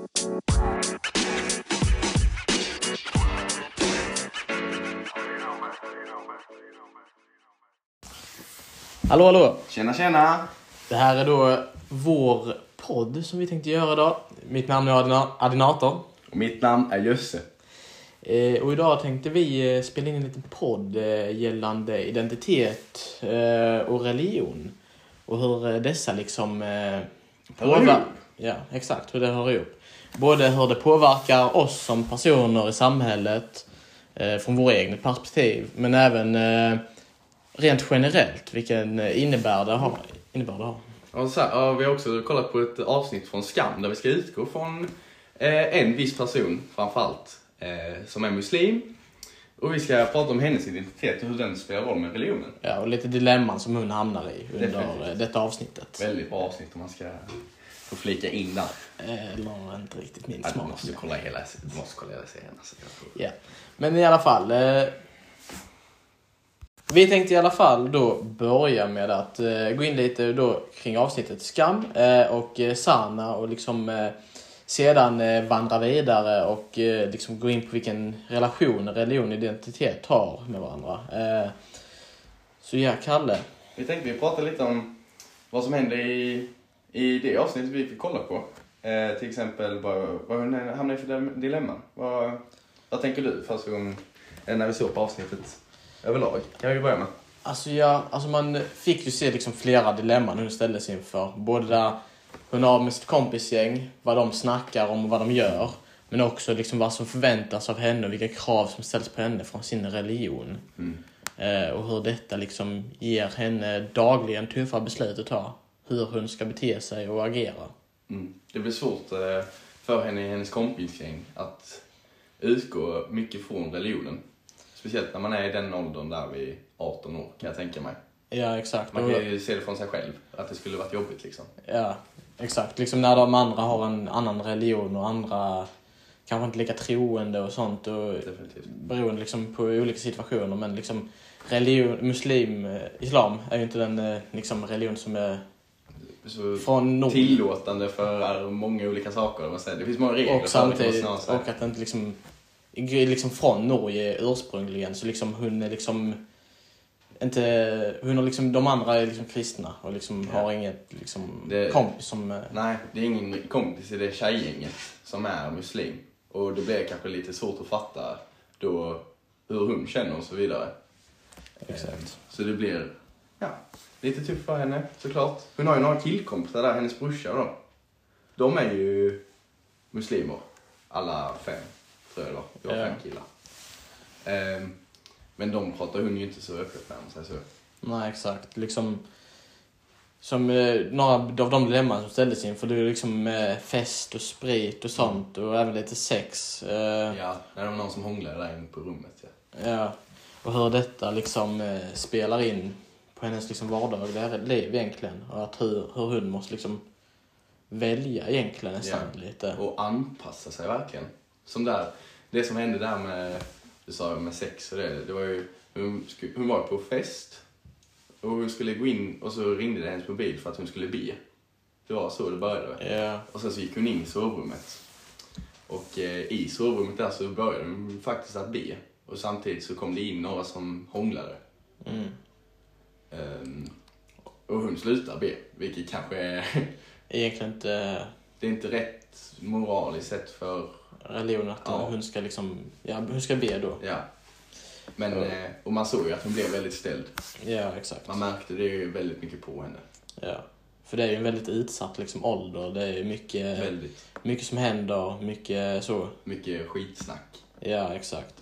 Hallå, hallå. Tjena, tjena. Det här är då vår podd som vi tänkte göra idag. Mitt namn är Adinator. Och mitt namn är Jösse. Och idag tänkte vi spela in en liten podd gällande identitet och religion. Och hur dessa liksom Ja, exakt. Hur det hör ihop. Både hur det påverkar oss som personer i samhället från vår egen perspektiv. Men även rent generellt, vilken innebär det har. Och så här, vi har också kollat på ett avsnitt från Skam där vi ska utgå från en viss person framförallt som är muslim. Och vi ska prata om hennes identitet och hur den spelar roll med religionen. Ja, och lite dilemman som hon hamnar i under detta avsnittet. Väldigt bra avsnitt om man ska få flika in där. Eller inte riktigt min Du smak. måste kolla hela serien. Alltså. Ja, men i alla fall. Vi tänkte i alla fall då börja med att gå in lite då kring avsnittet Skam och Sana och liksom sedan vandra vidare och liksom gå in på vilken relation religion och identitet har med varandra. Så ja, Kalle. Vi tänkte vi prata lite om vad som hände i det avsnittet vi fick kolla på. Till exempel vad hon hamnade i för dilemma. Vad tänker du första gången när vi såg på avsnittet överlag? Kan vi börja med? Alltså man fick ju se liksom flera dilemman hon ställdes inför. Både där hon har med sitt kompisgäng, vad de snackar om och vad de gör. Men också liksom vad som förväntas av henne och vilka krav som ställs på henne från sin religion. Och hur detta liksom ger henne dagligen tuffa beslut att ta. Hur hon ska bete sig och agera. Det blir svårt för henne i hennes kompisgäng att utgå mycket från religionen. Speciellt när man är i den åldern där vid 18 år, kan jag tänka mig. Ja, exakt. Man kan ju se det från sig själv, att det skulle varit jobbigt liksom. Ja, exakt. Liksom när de andra har en annan religion och andra kanske inte lika troende och sånt. Och definitivt. Beroende liksom på olika situationer. Men liksom islam är ju inte den liksom religion som är Så från nord. Tillåtande för många olika saker. Man säger. Det finns många regler. Och samtidigt, och att det inte liksom från Norge ursprungligen. Så liksom hon är liksom inte, hon har liksom, de andra är liksom kristna och liksom har inget liksom kompis som... Nej, det är ingen kompis i det tjejgänget som är muslim. Och det blir kanske lite svårt att fatta då hur hon känner och så vidare. Exakt. Så det blir lite tufft för henne såklart. Hon har ju några killkompisar där, hennes brorsa då. De är ju muslimer. Alla 5, tror jag då. Det var 5 killar. Men de pratar hon ju inte så öppet med, om man säger så. Nej, exakt. Liksom, som några av de dilemman som ställdes in för det är liksom fest och sprit och sånt och även lite sex. Ja, när de är någon som hånglar där inne på rummet. Ja, och hur detta liksom spelar in på hennes liksom vardagliga liv egentligen. Och att hur hon måste liksom välja egentligen nästan lite. Och anpassa sig verkligen. Som där, det som hände där med, du sa med sex och det var ju, hon var på fest och hon skulle gå in och så ringde det hennes mobil för att hon skulle be. Det var så det började. Ja. Och sen så gick hon in i sovrummet. Och i sovrummet där så började hon faktiskt att be. Och samtidigt så kom det in några som hånglade. Och hon slutar be, vilket kanske är... Egentligen inte... Det är inte rätt moraliskt sett för... religion att hon ska liksom... Ja, hon ska be då. Ja. Men, och man såg ju att hon blev väldigt ställd. Ja, exakt. Man märkte det ju väldigt mycket på henne. Ja. För det är ju en väldigt utsatt liksom ålder. Det är mycket som händer, mycket så. Mycket skitsnack. Ja, exakt.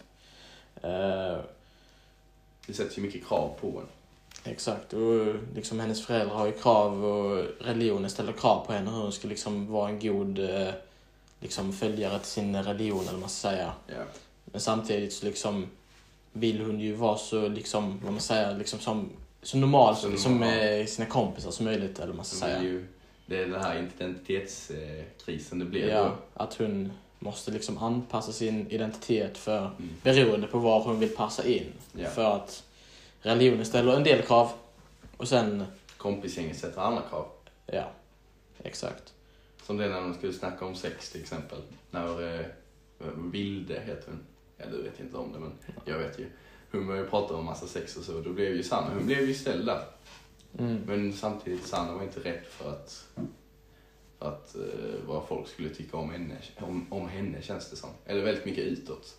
Det sätts ju mycket krav på henne. Exakt, och liksom hennes föräldrar har ju krav och religionen ställer krav på henne hur hon ska liksom vara en god liksom följare till sin religion eller vad man ska säga. Ja. Men samtidigt så liksom vill hon ju vara så liksom, vad man säger, liksom så normal som med sina kompisar som möjligt eller vad man ska säga. Det är den här identitetskrisen det blir. Ja, att hon måste liksom anpassa sin identitet för beroende på var hon vill passa in. Ja. För att religionen ställer en del krav och sen... Kompisgänget sätter andra krav. Ja, exakt. Som det när de skulle snacka om sex till exempel. När Vilde heter hon. Ja, du vet inte om det, men jag vet ju. Hon började prata om massa sex och så. Då blev ju Sanna, hon blev ju ställd där. Men samtidigt Sanna var inte rädd för att vad folk skulle tycka om henne känns det som. Eller väldigt mycket utåt.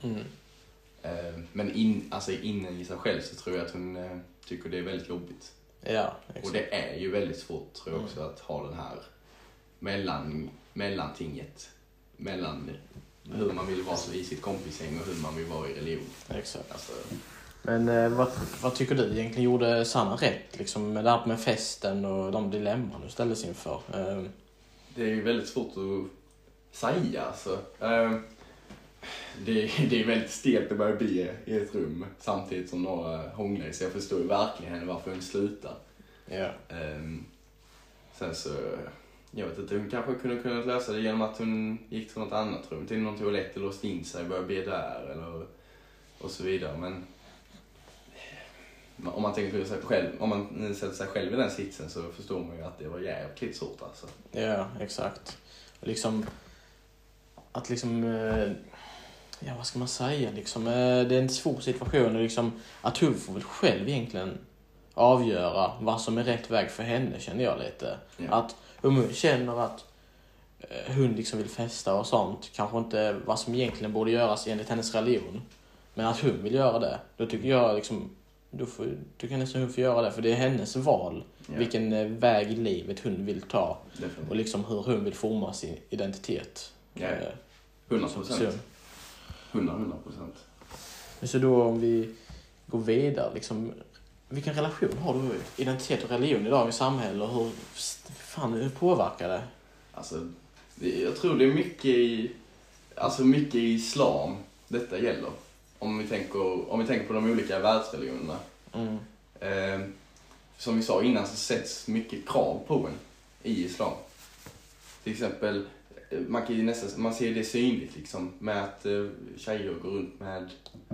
Men inne i sig själv så tror jag att hon tycker det är väldigt jobbigt. Ja, exakt. Och det är ju väldigt svårt tror jag också att ha den här mellantinget. Mellan hur man vill vara i sitt kompisgäng och hur man vill vara i religion. Exakt. Alltså, men vad tycker du egentligen gjorde Sanna rätt? Liksom, med det här med festen och de dilemman du ställdes inför. Det är ju väldigt svårt att säga. Alltså. Det är väldigt stelt att börja bli i ett rum samtidigt som några hånglar. Så jag förstår ju verkligen varför hon slutar. Ja. Sen så, jag vet inte, hon kanske kunde kunnat lösa det genom att hon gick till något annat rum. Till någon toalett eller låste in sig och började be där eller, och så vidare. Men om man tänker på sig själv, om man sätter sig själv i den sitsen så förstår man ju att det var jävligt svårt alltså. Ja, exakt. Och liksom, att liksom, ja vad ska man säga liksom, det är en svår situation och liksom, att hon får väl själv egentligen avgöra vad som är rätt väg för henne, känner jag lite. Ja. Att hon känner att hon liksom vill festa och sånt, kanske inte vad som egentligen borde göras enligt hennes religion, men att hon vill göra det, då tycker jag liksom, då kan nästan hon få göra det, för det är hennes val, vilken väg i livet hon vill ta. Definitivt. Och liksom hur hon vill forma sin identitet. 100%. 100%. Men så då om vi går vidare, liksom, vilken relation har du identitet och religion idag i samhället, och hur påverkar det? Alltså, jag tror det är mycket i islam detta gäller. Om vi tänker på de olika världsreligionerna. Som vi sa innan så sätts mycket krav på en i islam. Till exempel, man ser det synligt liksom, med att tjejer går runt med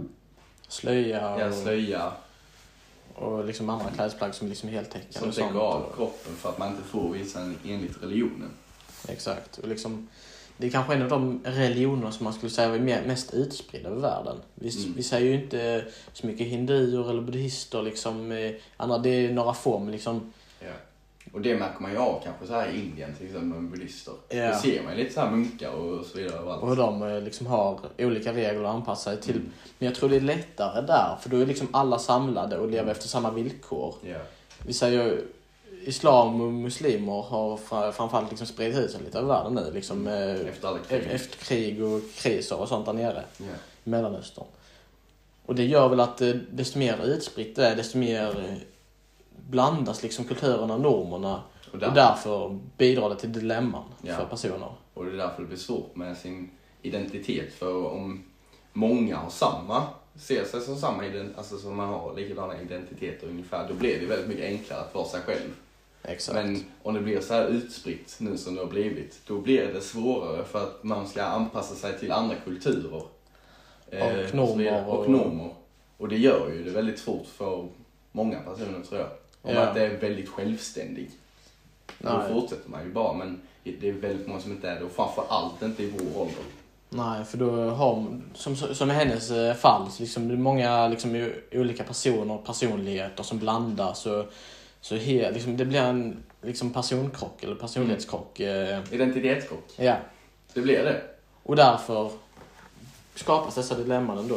slöja. Och liksom andra klädesplagg som liksom är heltäckande. Som täcker av kroppen för att man inte får visa enligt religionen. Exakt. Och liksom, det är kanske en av de religioner som man skulle säga är mest utspridda över världen. Vi säger ju inte så mycket hinduer eller buddhister liksom, andra, det är några få, men liksom. Ja. Och det märker man ju av kanske så här i Indien till exempel med buddhister. Ja. Det ser man ju lite så här munkar och så vidare överallt. Och hur de liksom har olika regler att anpassa sig till. Men jag tror det är lättare där, för då är liksom alla samlade och lever efter samma villkor. Ja. Vi säger islam och muslimer har framförallt liksom spridit ut sig lite över världen nu. Liksom, efter krig och kriser och sånt där nere i Mellanöstern. Och det gör väl att desto mer utspritt det är, desto mer blandas liksom kulturerna och normerna. Och därför bidrar det till dilemman för personer. Och det är därför det blir svårt med sin identitet. För om många har ser sig som samma alltså som man har likadana identiteter ungefär, då blir det väldigt mycket enklare att vara sig själv. Exakt. Men om det blir så här utspritt nu som det har blivit, då blir det svårare för att man ska anpassa sig till andra kulturer. Och normer. Och det gör ju det väldigt svårt för många personer, tror jag. Om att det är väldigt självständig. Då fortsätter man ju bara, men det är väldigt många som inte är det. Och framförallt inte i vår ålder. Nej, för då har, som i hennes fall, så liksom, det är många liksom, olika personer och personligheter som blandas. Så liksom, det blir en liksom, personkrock eller personlighetskrock. Identitetskrock. Ja. Det blir det. Och därför skapas dessa dilemman ändå.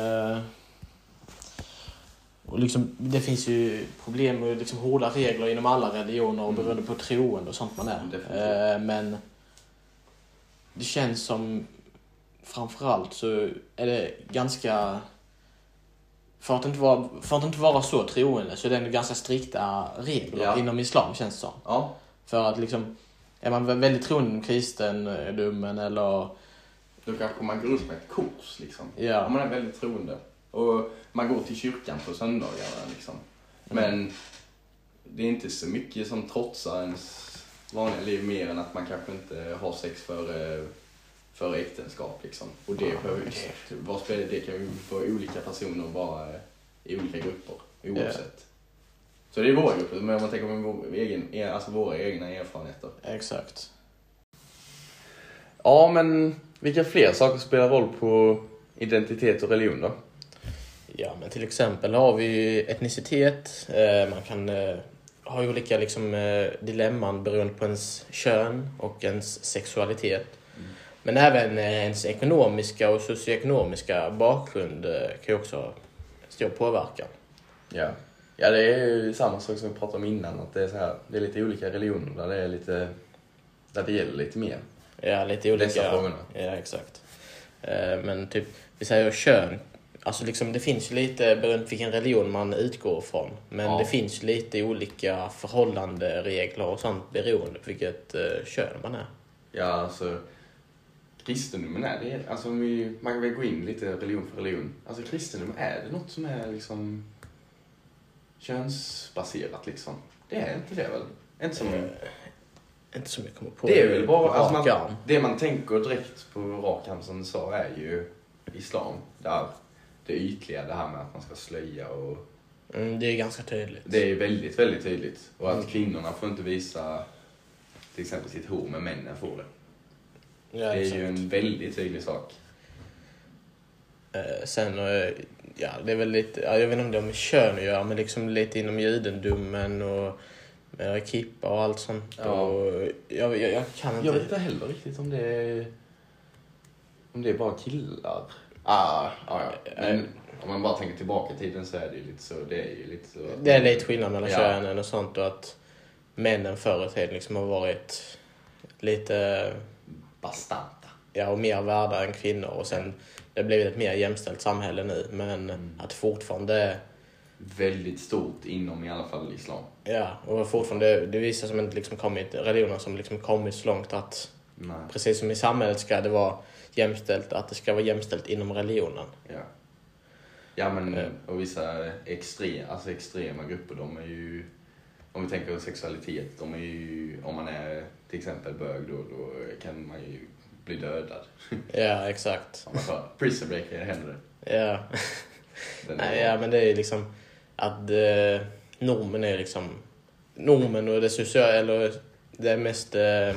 Och liksom, det finns ju problem med liksom, hårda regler inom alla religioner och beroende på troende och sånt man är. Men det känns som framförallt så är det ganska, för att inte vara så troende, så är det ganska strikta regler inom islam, känns det som. Ja. För att liksom, är man väldigt troende om kristendomen eller, då kanske man går upp med ett kors liksom. Ja. Om man är väldigt troende. Och man går till kyrkan på söndagarna liksom. Men det är inte så mycket som trotsar ens vanliga liv mer än att man kanske inte har sex för äktenskap liksom. Och det kan ju vara olika personer och vara i olika grupper oavsett. Så det är våra grupper, men om man tänker på våra egna erfarenheter. Exakt. Ja, men vilka fler saker spelar roll på identitet och religion då? Ja, men till exempel har vi etnicitet. Man kan ha olika liksom, dilemman beroende på ens kön och ens sexualitet. Men även ens ekonomiska och socioekonomiska bakgrund kan ju också ha stor påverkan. Ja. Ja, det är ju samma sak som vi pratade om innan. Att det är så här, det är lite olika religioner där det är lite, där det gäller lite mer. Ja, lite olika. Dessa frågorna. Ja, exakt. Men typ, vi säger kön. Alltså liksom, det finns ju lite beroende på vilken religion man utgår ifrån. Men det finns lite olika förhållanderegler och sånt beroende på vilket kön man är. Ja, alltså kristendomen är det. Alltså man kan väl gå in lite religion för religion. Alltså kristendomen, är det något som är liksom könsbaserat liksom? Det är inte det väl? Inte som jag kommer på. Det är väl bara, alltså det man tänker direkt på rak arm som du sa är ju islam. Där det ytliga, det här med att man ska slöja och... det är ganska tydligt. Det är väldigt, väldigt tydligt. Och att kvinnorna får inte visa till exempel sitt hår, men männen får det. Ja, det är exakt. ju en väldigt tydlig sak. Sen, ja, det är väl lite, jag vet inte om det har med kön att göra, men liksom lite inom judendomen och med kippa och allt sånt. Ja. Och jag kan inte... Jag vet inte heller riktigt om det är bara killar. Men om man bara tänker tillbaka i tiden så är det ju lite så. Det är ju lite så. Det är lite skillnad mellan könen och sånt, och att männen förr i tiden liksom har varit lite bastanta. Ja, och mer värda än kvinnor, och sen det har blivit ett mer jämställt samhälle nu, men att fortfarande är väldigt stort inom i alla fall islam. Ja, och fortfarande det visar som inte liksom kommit religioner som liksom kommit så långt att precis som i samhället ska det vara jämställt, att det ska vara jämställt inom religionen. Ja, men och vissa extrema grupper, de är ju, om vi tänker sexualitet, de är ju, om man är till exempel bög då kan man ju bli dödad. Ja, exakt. Om man tar prison break händer det. Ja. Nej, men det är liksom att normen är liksom normen och det sociala, eller det mest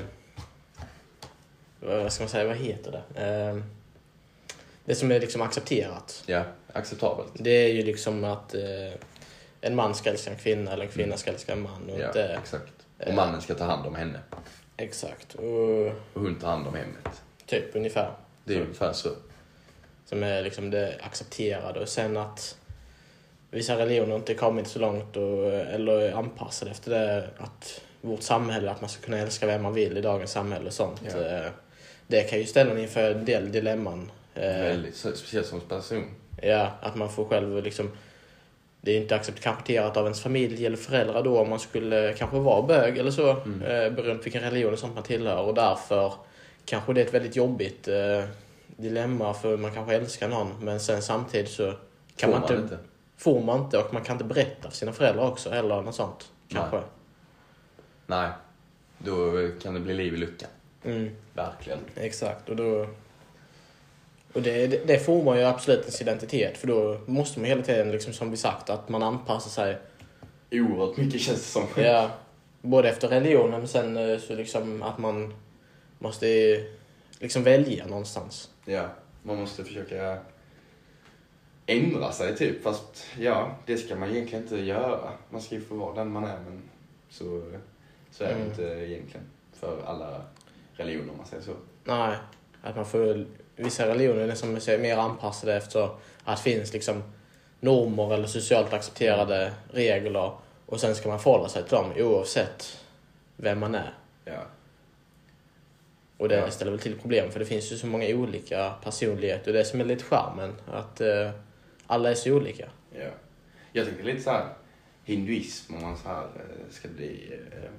vad ska man säga, vad heter det? Det som är liksom accepterat. Ja, acceptabelt. Det är ju liksom att en man ska älska en kvinna eller en kvinna ska älska en man. Och inte, exakt. Och mannen ska ta hand om henne. Exakt. Och hon tar hand om hemmet. Typ ungefär. Det är ungefär så. Som är liksom det accepterade. Och sen att vissa religioner inte kommit så långt eller är anpassade efter det, att vårt samhälle, att man ska kunna älska vem man vill i dagens samhälle och sånt. Ja. Det kan ju ställa inför en del dilemman. Väldigt, speciellt som person. Ja, att man får själv liksom, det är inte accepterat av ens familj eller föräldrar då om man skulle kanske vara bög eller så, beroende på vilken religion och sånt man tillhör, och därför kanske det är ett väldigt jobbigt dilemma, för man kanske älskar någon, men sen samtidigt så kan får man inte, och man kan inte berätta för sina föräldrar också eller något sånt kanske. Nej. Då kan det bli liv i luckan. Verkligen. Exakt, och det får man ju absolut ens identitet, för då måste man hela tiden, liksom, som vi sagt, att man anpassar sig. Oerhört mycket känns det som. Ja, både efter religionen, men sen så liksom att man måste liksom välja någonstans. Ja, man måste försöka ändra sig typ, fast det ska man egentligen inte göra. Man ska ju få vara den man är, men så är det inte egentligen för alla religioner, om man säger så. Nej, att man får vissa religioner som är mer anpassade efter att det finns liksom normer eller socialt accepterade regler, och sen ska man förhålla sig till dem oavsett vem man är. Ja. Och det ställer väl till problem, för det finns ju så många olika personligheter, och det är som är lite charmen, att alla är så olika. Ja. Jag tänker lite så här hinduism, om man så här ska bli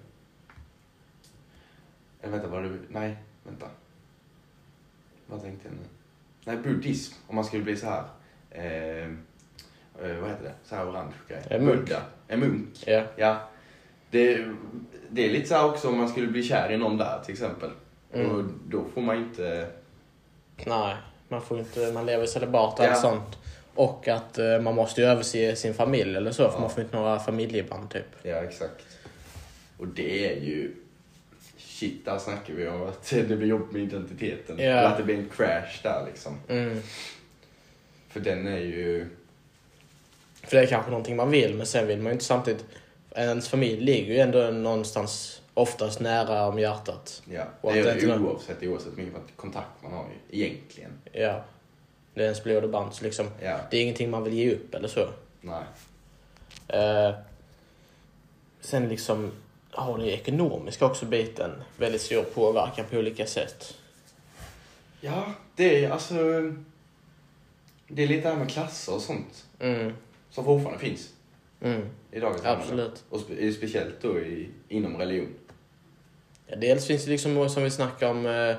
vad tänkte jag nu? Nej, buddhism, om man skulle bli så här vad heter det? Så här orange grej. Buddha. En munk. Ja. Ja. Det är lite så här också, om man skulle bli kär i någon där till exempel. Och då får man inte... Nej, man lever i celibat och allt sånt. Och att man måste ju överse sin familj eller så, för man får inte några familjeband typ. Ja, exakt. Och det är ju shit, där snackar vi om att det blir jobb med identiteten. Ja. Eller att det blir en crash där liksom. Mm. För den är ju... För det är kanske någonting man vill, men sen vill man ju inte samtidigt... Ens familj ligger ju ändå någonstans oftast nära om hjärtat. Ja, Och det att är det inte- oavsett mycket kontakt man har ju, egentligen. Ja. Det är ens blod och band, så liksom... Ja, Det är ingenting man vill ge upp eller så. nej. Sen liksom har det ekonomiska också biten väldigt stor påverkan på olika sätt. Ja, det är alltså... Det är lite här med klasser och sånt Mm. som fortfarande finns Mm. i dagens samhälle. Absolut. Och speciellt då inom religion. Ja, dels finns det liksom, som vi snackar om,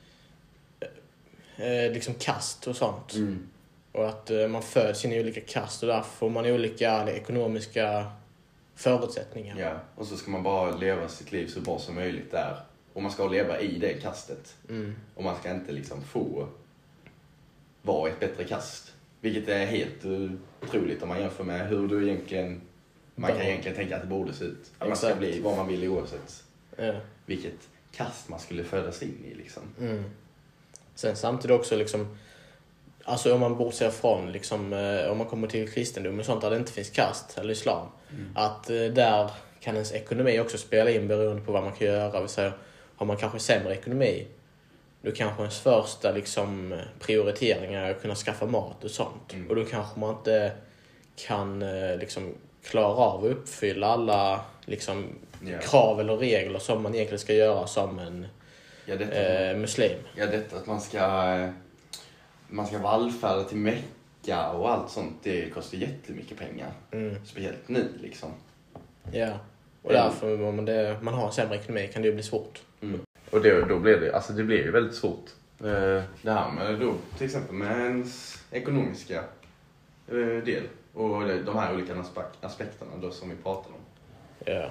liksom kast och sånt. Mm. Och att man föds in i olika kast och därför får man olika ekonomiska förutsättningar. Ja, och så ska man bara leva sitt liv så bra som möjligt där. Och man ska leva i det kastet. Mm. Och man ska inte liksom få vara ett bättre kast. Vilket är helt otroligt om man jämför med hur du egentligen... Man kan egentligen tänka att det borde se ut. Att man ska Exakt. bli vad man vill oavsett Ja. vilket kast man skulle födas in i liksom. Mm. Sen samtidigt också liksom, alltså om man bortser från liksom, om man kommer till kristendom och sånt där det inte finns kast eller islam, att där kan ens ekonomi också spela in beroende på vad man kan göra. Vi säger, har man kanske sämre ekonomi, då kanske ens första liksom prioriteringar är att kunna skaffa mat och sånt. Mm. Och då kanske man inte kan liksom klara av att uppfylla alla liksom Ja. krav eller regler som man egentligen ska göra som en Ja, detta, muslim. ja, detta att man ska vallfärda till Mecka och allt sånt, det kostar jättemycket pengar. Mm. Speciellt nu liksom. Ja, och därför om man har sämre ekonomi kan det ju bli svårt. Mm. Och då blir det, alltså det blir ju väldigt svårt. Det här med då, till exempel med ens ekonomiska del och de här olika aspekterna då som vi pratar om. Ja.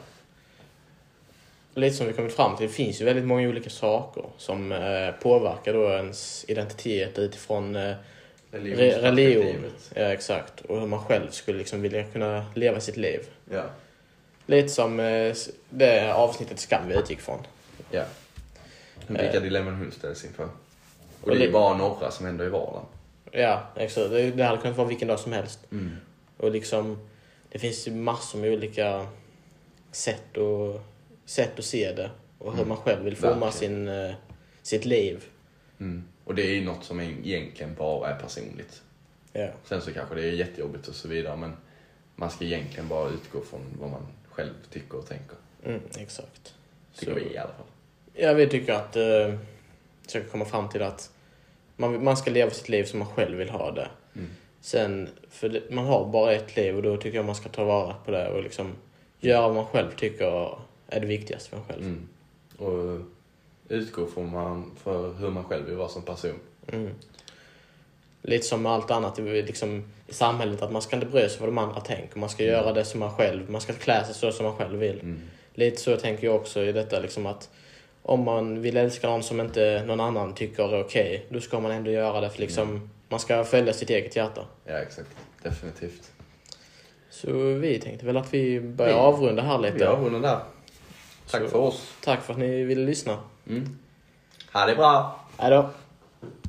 Lite som vi kommit fram till, det finns ju väldigt många olika saker som påverkar då ens identitet utifrån religion. Religionsperspektivet. Ja, exakt. Och hur man själv skulle liksom vilja kunna leva sitt liv. Ja. Lite som det avsnittet Skam vi utgick från. Ja. Vilka dilemman hon ställs inför. Och Och det är det- bara några som ändå är vardagen. Ja, exakt. Det hade kunnat vara vilken dag som helst. Mm. Och liksom, det finns ju massor med olika sätt att se det. Och hur man själv vill forma sitt liv. Mm. Och det är ju något som egentligen bara är personligt. Ja. Sen så kanske det är jättejobbigt och så vidare, men man ska egentligen bara utgå från vad man själv tycker och tänker. Mm, exakt. Tycker vi i alla fall. Ja, vi tycker att försöka komma fram till att man ska leva sitt liv som man själv vill ha det. Mm. Sen, man har bara ett liv och då tycker jag man ska ta vara på det och liksom göra vad man själv tycker är det viktigaste för en själv. Mm. Och utgå från för hur man själv vill vara som person. Mm. Lite som med allt annat liksom, i samhället, att man ska inte bry sig vad de andra tänker. Man ska göra det som man själv, man ska klä sig så som man själv vill. Mm. Lite så tänker jag också i detta liksom, att om man vill älska någon som inte någon annan tycker är okej, då ska man ändå göra det för liksom, man ska följa sitt eget hjärta. Ja, exakt. Definitivt. Så vi tänkte väl att vi börjar avrunda här lite. Vi avrundar där. Tack Så, för oss. tack för att ni ville lyssna. Ha det bra. Hej då.